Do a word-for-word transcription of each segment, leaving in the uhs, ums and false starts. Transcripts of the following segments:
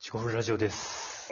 チコフルラジオです。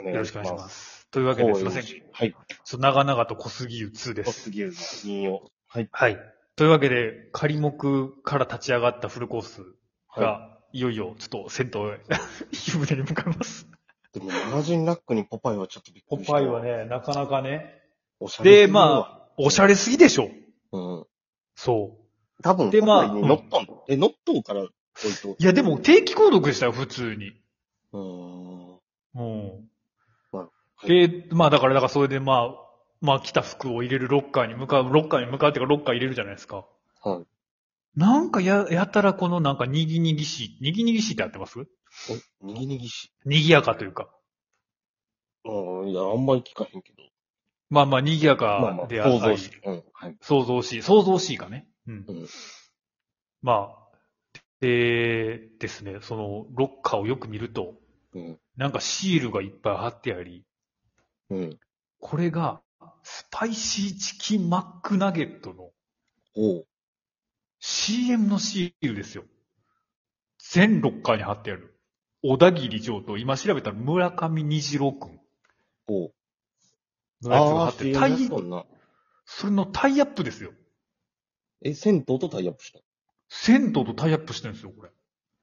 お願いします。 よろしくお願いします。というわけで、すいません。ちょはい。 っと長々と小杉湯にです。 小杉湯の引用。はい。 はい。というわけで、仮目から立ち上がったフルコースが、 はい、 いよいよちょっと銭湯へ、湯船に向かいます。 でも、マジンラックにポパイはちょっとびっくポりした。 パイはね、なかなかね。 おしゃれで、 すぎるわ。 まあ、おしゃれすぎでしょ。 うん。 そ多分、 でポパイまあに乗っとん。え、乗っとんから置いと。 う。いや、でも定期購読したよ、普通に。 うーん。 うん。 はいで、まあだから、だからそれでまあ、まあ来た服を入れるロッカーに向かう、ロッカーに向かうっていうか、ロッカー入れるじゃないですか。 はい。 なんかや、やたらこのなんかにぎにぎしい、にぎにぎしいって合ってます？ え、にぎにぎし。 にぎやかというか。 うん、いや、あんまり聞かへんけど。 まあまあ、にぎやまあまあ、 かであり、 想像し。うん。はい。 想像しい、想像しいかね。うん。 うん。 まあ、でですね、そのロッカーをよく見ると、 うん。 なんかシールがいっぱい貼ってあり、 うん。 これが、スパイシーチキンマックナゲットのおう。 シーエム のシールですよ。全ロッカーに貼ってある。小田切城と、今調べたら村上虹郎くんおう。 のやつがああ、 貼ってる。 シーエムタイやっとんな。 それのタイアップですよ。 え、銭湯とタイアップした。 銭湯とタイアップしてるんですよ、これ。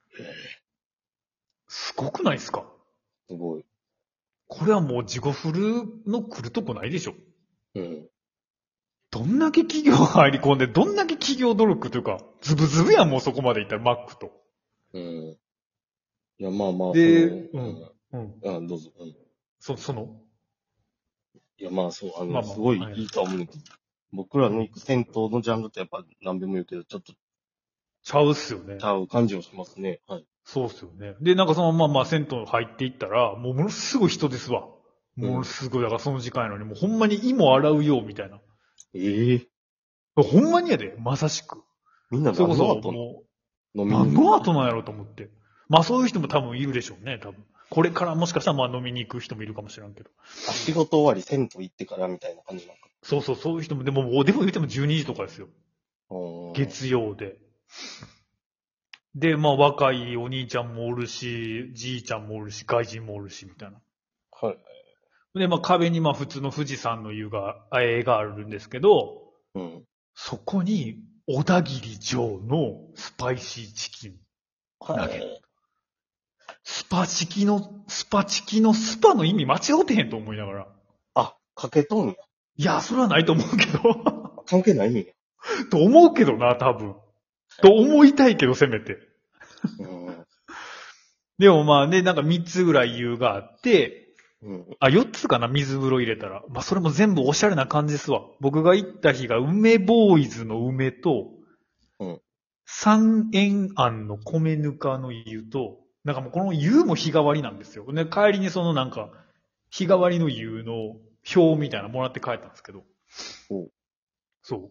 すごくないですか？ すごい。 これはもう自己フルの来るとこないでしょ。 うん。 どんだけ企業が入り込んで、どんだけ企業努力というか、ズブズブやん、もうそこまでいったら、マックと。 うん。いや、まあまあ、 で、 その、 うん、うん。 うん。あ、どうぞ。うん。 そ、その、 いや、まあそう、あの、 まあまあすごいはいいいとは思うんだけど、僕らの行く銭湯のジャンルってやっぱ何でも言うけど、ちょっとちゃうっすよねち。ゃう感じはしますね。はい。 そうっすよね。で、なんかそのまあまあ銭湯入っていったら、もうものすごい人ですわ。ものすごい、だからその時間やのに、もうほんまに胃も洗うよ、みたいな。 ええほんまにやで、まさしく。 みんなそれこそ、 何の後も飲う、 みに行く何の後なんやろうと思って。まあそういう人も多分いるでしょうね、多分。これからもしかしたらまあ飲みに行く人もいるかもしれんけど。 あ、仕事終わり銭湯行ってからみたいな感じなんか。 そうそう、そういう人も、でももう、でも言ってもじゅうにじとかですよ。 うーん。 月曜で。で、まあ若いお兄ちゃんもおるし、じいちゃんもおるし、外人もおるし、みたいな。 はい。 で、まあ壁にまあ普通の富士山の湯が、あ絵があるんですけど、 うん。 そこに、小田切城のスパイシーチキン。 はナゲット。スパチキの、スパチキのスパの意味間違ってへんと思いながら。 あ、かけとんや。 いや、それはないと思うけど。 関係ないんや。 と思うけどな、多分。と思いたいけど、せめて。 うん。 でもまあね、なんかみっつぐらい理由があって、 うん。 あ、よっつかな、水風呂入れたら。まあそれも全部おしゃれな感じですわ。僕が行った日が梅ボーイズの梅と、 うん。 三円庵の米ぬかの湯と、なんかもうこの湯も日替わりなんですよ。で、帰りにそのなんか、日替わりの湯の表みたいなのもらって帰ったんですけど。 おう。 そう。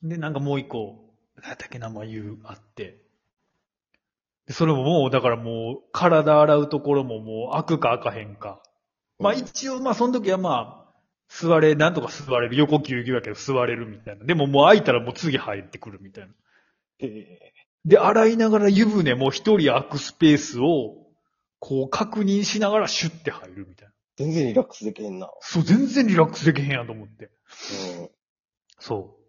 で、なんかもう一個、なんだっけ名前湯あって。でそれももう、だからもう、体洗うところももう開くか開かへんか。まあうん一応、まあその時はまあ、座れ、なんとか座れる。横ぎゅうぎゅうやけど座れるみたいな。でももう開いたらもう次入ってくるみたいな。 ええで、洗いながら湯船も一人開くスペースを、こう確認しながらシュッて入るみたいな。 全然リラックスできへんな。 そう、全然リラックスできへんやんと思って。 うん。 そう。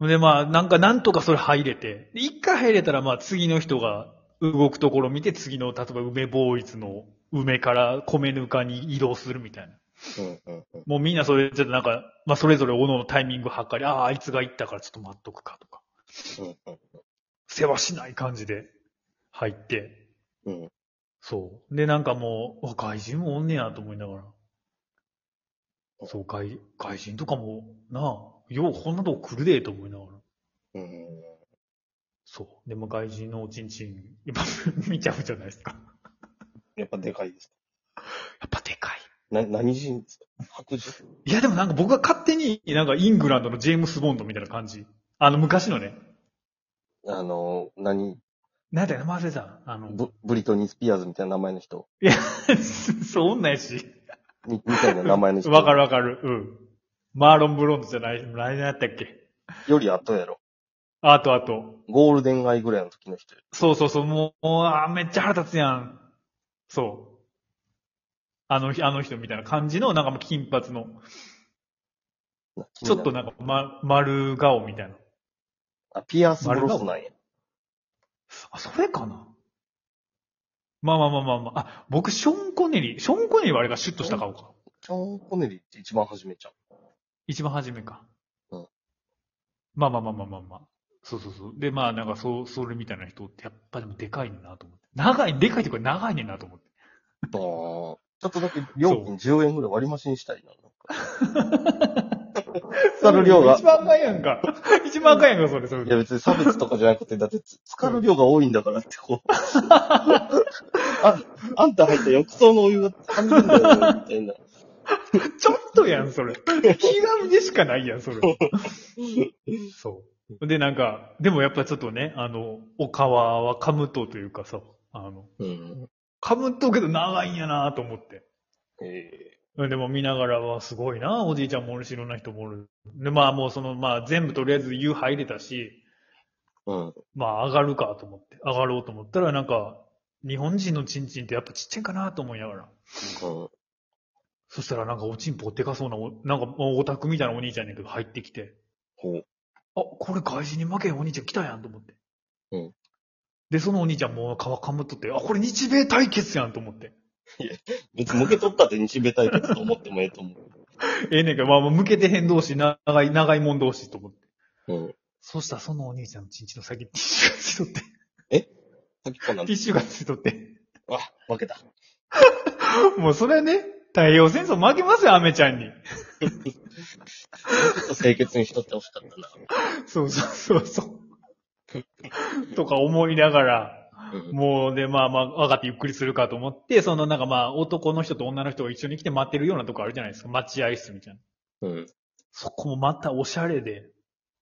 で、まあ、なんか、なんとかそれ入れて、で一回入れたら、まあ、次の人が動くところを見て、次の、例えば梅ボーイズの梅から米ぬかに移動するみたいな。 うんうんうん。 もうみんなそれ、ちょっとなんか、まあ、それぞれおののタイミング測り、ああ、あいつが行ったからちょっと待っとくかとか。 うんうん世話しない感じで入って。 うん。 そう。で、なんかもう、あ外人もおんねやと思いながら。そう、外、外人とかも、なあ、ようこんなとこ来るでと思いながら。 うん。 そう。でも外人のおちんちん、やっぱ見ちゃうじゃないですか。 やっぱでかいですか？ やっぱでかい。 な、何人ですか？白人？ いやでもなんか僕が勝手になんかイングランドのジェームス・ボンドみたいな感じ。あの昔のね。 あの、何なんだよ、名前忘れた。あの、 ブ、ブリトニー・スピアーズみたいな名前の人いや、そんなんやし。 み、みたいな名前の人。 わかるわかる。うん。マーロン・ブロンドじゃない、何やったっけ。 より後やろ。 あとあと。 ゴールデンアイぐらいの時の人。 そうそうそう、もう、もうあーめっちゃ腹立つやん。そう。 あの、あの人みたいな感じの、なんかもう金髪の、ちょっとなんか、ま、丸顔みたいな。 あ、ピアスブロスなんや。 あ、それかな。まあまあまあまあまあ。あ、僕、ショーン・コネリー。ショーン・コネリーはあれがシュッとした顔か。 ショーン・コネリーって一番初めちゃう。 一番初めか。 うん。 まあまあまあまあまあまあ。そうそうそう。で、まあなんかそう、それみたいな人ってやっぱでもでかいねんなと思って。長い、でかいってこれ長いねんなと思って。 ああ。ちょっとだけ料金じゅうえんぐらい割り増しにしたいな。使う量が。 一番赤いやんか。一番赤いやんか、それ、それ。 いや別に差別とかじゃなくて、だって使う量が多いんだからってこう。あ、あんた入った浴槽のお湯がはみ出んだよ、みたいな。 ちょっとやん、それ。気がでしかないやん、それ。そう。で、なんか、でもやっぱちょっとね、あの、お皮は噛むとというかさ、あの、 うん。 噛むとけど長いんやなと思って。 えでも見ながらはすごいな、おじいちゃんもおるし、いろんな人もおる。で、まあもうその、まあ全部とりあえず湯入れたし、 ー、うん。 まあ上がるかと思って、上がろうと思ったらなんか、日本人のチンチンってやっぱちっちゃいかなと思いながら。 うん。 そしたらなんかおちんぽでかそうなお、なんかオタクみたいなお兄ちゃんやねんけど入ってきて、 ほう。 あ、これ外人に負けへんお兄ちゃん来たやんと思って。 うん。 で、そのお兄ちゃんもう皮かむっとって、あ、これ日米対決やんと思って。 別に向け取ったって日米対決と思ってもええと思う。 ええねんけど、まあもう向けてへん同士、長い、長いもん同士と思って。 うん。 そしたらそのお兄ちゃんのチンチンの先ティッシュがついとって。 さっきこんなんティッシュがついとって。 あ、負けた。 もうそれはね、太平洋戦争負けますよ、アメちゃんに。 もうちょっと清潔にしとってほしかったな。 そうそうそうそう。とか思いながら、 うん。 もうで、まあまあ、上がってゆっくりするかと思って、そのなんかまあ、男の人と女の人が一緒に来て待ってるようなとこあるじゃないですか。待合室みたいな。 うん。 そこもまたおしゃれで、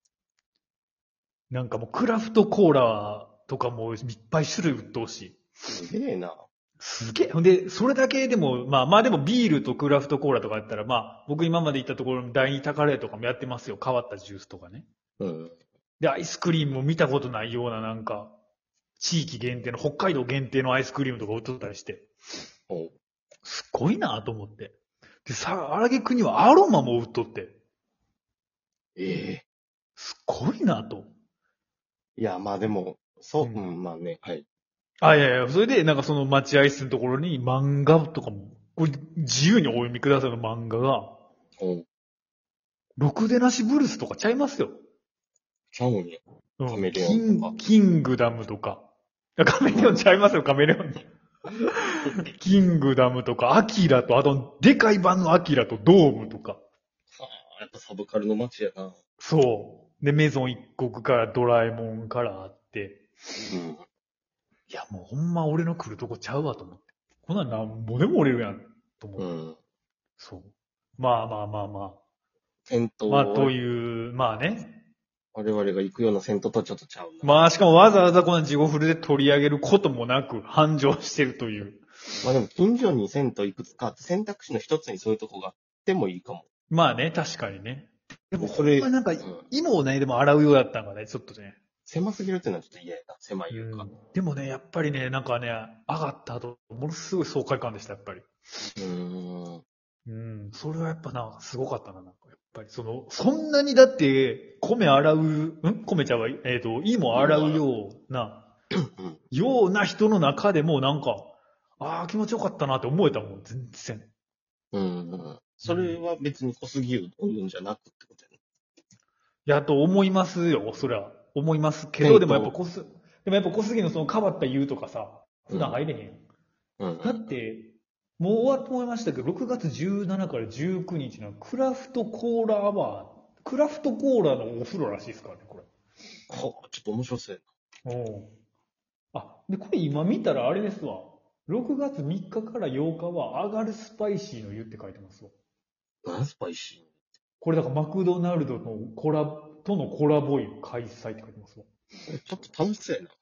なんかもうクラフトコーラとかもいっぱい種類売っとうし。 すげえな。 すげえ。ほんで、それだけでも、まあまあでもビールとクラフトコーラとかやったら、まあ僕今まで行ったところの第二タカレーとかもやってますよ。変わったジュースとかね。 うん。 で、アイスクリームも見たことないようななんか、地域限定の、北海道限定のアイスクリームとか売っとったりして。 おう。 すっごいなと思って。で、さ、荒木国はアロマも売っとって。 ええすっごいなと。 いや、まあでも、そう、 ううんん、まあね、はい。 あ、いやいや、それで、なんかその待合室のところに漫画とかも、これ自由にお読みくださいの漫画が、 おう。 ろくでなしブルースとかちゃいますよ。 ちゃうんや。 うん、 カメレオキンとかンキングダムとか。いやカメレオンちゃいますよ、カメレオン。キングダムとか、アキラと、あと、でかい版のアキラとドームとか。 はあ、やっぱサブカルの街やな。 そう。で、メゾン一国からドラえもんからあって。 うん。 いや、もうほんま俺の来るとこちゃうわと思って。こんなんなんぼでも折れるやん、と思って。 うん。 そう。まあまあまあまあ。 銭湯まあ、という、まあね。 我々が行くような銭湯とはちょっとちゃうな。 まあ、しかもわざわざこのジゴフルで取り上げることもなく、繁盛してるという。 まあでも、近所に銭湯いくつかあって選択肢の一つにそういうとこがあってもいいかも。 まあね、確かにね。でも、 それほんまなんかうん、 芋をね、でも洗うようだったんがね、ちょっとね。 狭すぎるっていうのはちょっと嫌やな。狭いいうか。 うん。でもね、やっぱりね、なんかね、上がった後、ものすごい爽快感でした、やっぱり。 うーん。 うん。それはやっぱな、すごかったな、なんか。やっぱり、その、そんなにだって、米洗う、ん米ちゃうわ、えっ、と、芋洗うような、 うん。 ような人の中でも、なんか、ああ、気持ちよかったなって思えたもん、全然。 うん。それは別に小杉湯うんぬんじゃなくってことやね。 やと思いますよ、そりゃ。思いますけど、 銭湯でもやっぱ小す、でもやっぱ小杉のその変わった湯とかさ、普段入れへん。 うん。 だって、もう終わって思いましたけど、ろくがつじゅうしちからじゅうくにちのクラフトコーラアワー、クラフトコーラのお風呂らしいですからね、これ。 ほう、ちょっと面白そうやおうあ、で、これ今見たらあれですわ。ろくがつみっかからようかは上がるスパイシーの湯って書いてますわ。 な。なんスパイシこれだからマクドナルドのコラとのコラボ湯開催って書いてますわ。 ー。ちょっと楽しそうやな。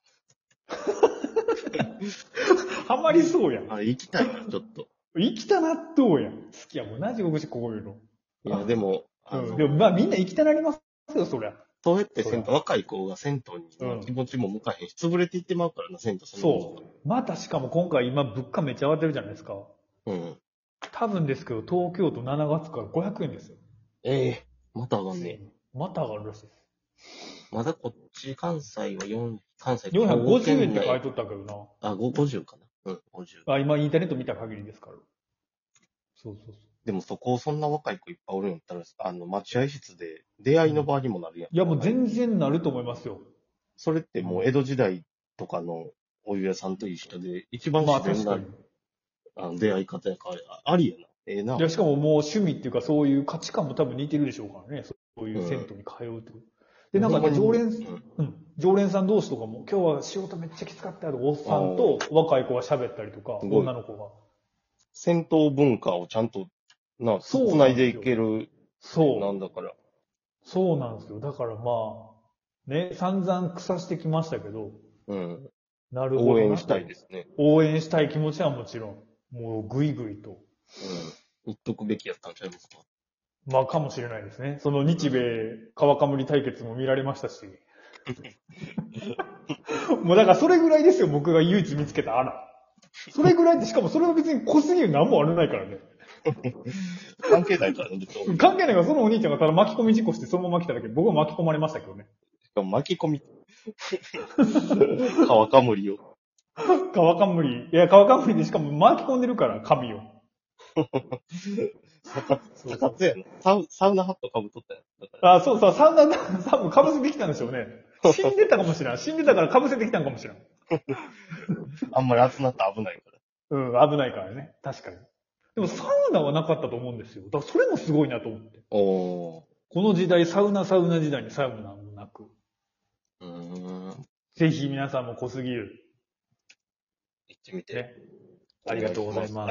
ハマりそうやん。 あれ行きたいな、ちょっと。 生きた納豆やん。好きやもんな、地獄しこういうの。 いや、でも、あの、 うん。でもまあみんな生きたなりますよ、そりゃ。 そうやって銭湯、 そうだ若い子が銭湯にうん気持ちも向かへんし、潰れていってまうからな、銭湯そのものがそう。またしかも今回今物価めっちゃ上がってるじゃないですか。 うん。 多分ですけど、東京都しちがつからごひゃくえんですよ。 ええまた上がんね。 また上がるらしいです。 まだこっち関西は4、関西よんひゃくごじゅうえんって書いてとったけどな。 あ、ごごじゅうかな。うん、ごじゅう。 あ、今インターネット見た限りですから。そうそうそう。 でもそこ、そんな若い子いっぱいおるんやったら、あの、待合室で出会いの場にもなるやん。 いや、もう全然なると思いますよ。 それってもう江戸時代とかのお湯屋さんと一緒で、一番まあ自然な、 確かに。 あの出会い方やから、あありやな。ええな。 いや、しかももう趣味っていうかそういう価値観も多分似てるでしょうからね。そういう銭湯に通うってこと。で、なんかね、常連、 うんうん、常連さん同士とかも、今日は仕事めっちゃきつかったよとか、おっさんと若い子が喋ったりとか、 すごい女の子が。 戦闘文化をちゃんと、な、 そうつないでいける、 そう。 なんだから。 そうなんですよ。だからまあ、ね、散々腐してきましたけど、 うん。 なるほどなと。 応援したいですね。 応援したい気持ちはもちろん、もうぐいぐいと。 うん。言っとくべきやったんちゃいますか。 まあかもしれないですね。その日米川かむり対決も見られましたし。もうだからそれぐらいですよ、僕が唯一見つけた穴。それぐらいで、しかもそれは別に濃すぎる何もあれないからね。 関係ないからね、別に。 関係ないから、そのお兄ちゃんがただ巻き込み事故してそのまま来ただけで、僕は巻き込まれましたけどね。 しかも巻き込み。川かむりを。 川かむり。いや、川かむりでしかも巻き込んでるから、髪を。 サカサカツやな。サウサウナハットかぶっとったやん。だからあ、そうそう、サウナ、多分かぶせてきたんでしょうね。死んでたかもしれん。死んでたからかぶせてきたんかもしれん。 あんまり集まったら危ないから。 うん、危ないからね。確かに。でもサウナはなかったと思うんですよ。だからそれもすごいなと思って。 おー。 この時代、サウナサウナ時代にサウナもなく。 うーん。 ぜひ皆さんも濃すぎる。 行ってみて。 ね。ありがとうございます。